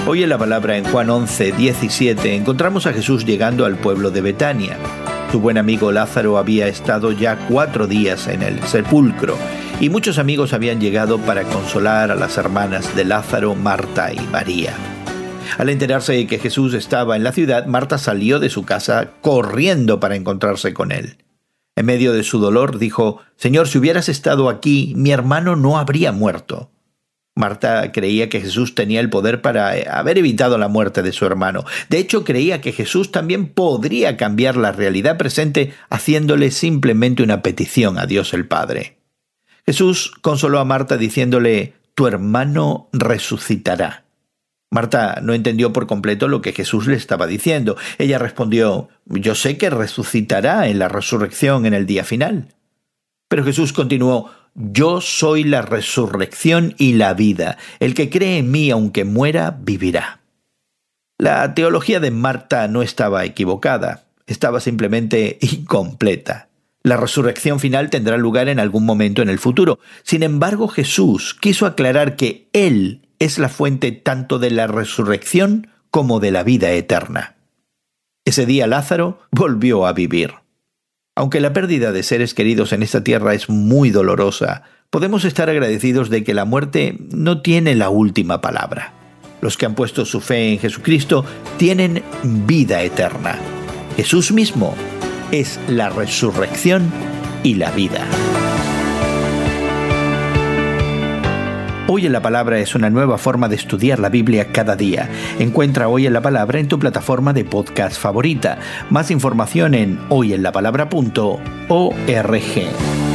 Hoy en la palabra en Juan 11:17 encontramos a Jesús llegando al pueblo de Betania. Su buen amigo Lázaro había estado ya 4 días en el sepulcro y muchos amigos habían llegado para consolar a las hermanas de Lázaro, Marta y María. Al enterarse de que Jesús estaba en la ciudad, Marta salió de su casa corriendo para encontrarse con él. En medio de su dolor dijo: «Señor, si hubieras estado aquí, mi hermano no habría muerto». Marta creía que Jesús tenía el poder para haber evitado la muerte de su hermano. De hecho, creía que Jesús también podría cambiar la realidad presente haciéndole simplemente una petición a Dios el Padre. Jesús consoló a Marta diciéndole: «Tu hermano resucitará». Marta no entendió por completo lo que Jesús le estaba diciendo. Ella respondió: «Yo sé que resucitará en la resurrección en el día final». Pero Jesús continuó: «Yo soy la resurrección y la vida. El que cree en mí, aunque muera, vivirá». La teología de Marta no estaba equivocada, estaba simplemente incompleta. La resurrección final tendrá lugar en algún momento en el futuro. Sin embargo, Jesús quiso aclarar que Él es la fuente tanto de la resurrección como de la vida eterna. Ese día Lázaro volvió a vivir. Aunque la pérdida de seres queridos en esta tierra es muy dolorosa, podemos estar agradecidos de que la muerte no tiene la última palabra. Los que han puesto su fe en Jesucristo tienen vida eterna. Jesús mismo es la resurrección y la vida. Hoy en la Palabra es una nueva forma de estudiar la Biblia cada día. Encuentra Hoy en la Palabra en tu plataforma de podcast favorita. Más información en hoyenlapalabra.org.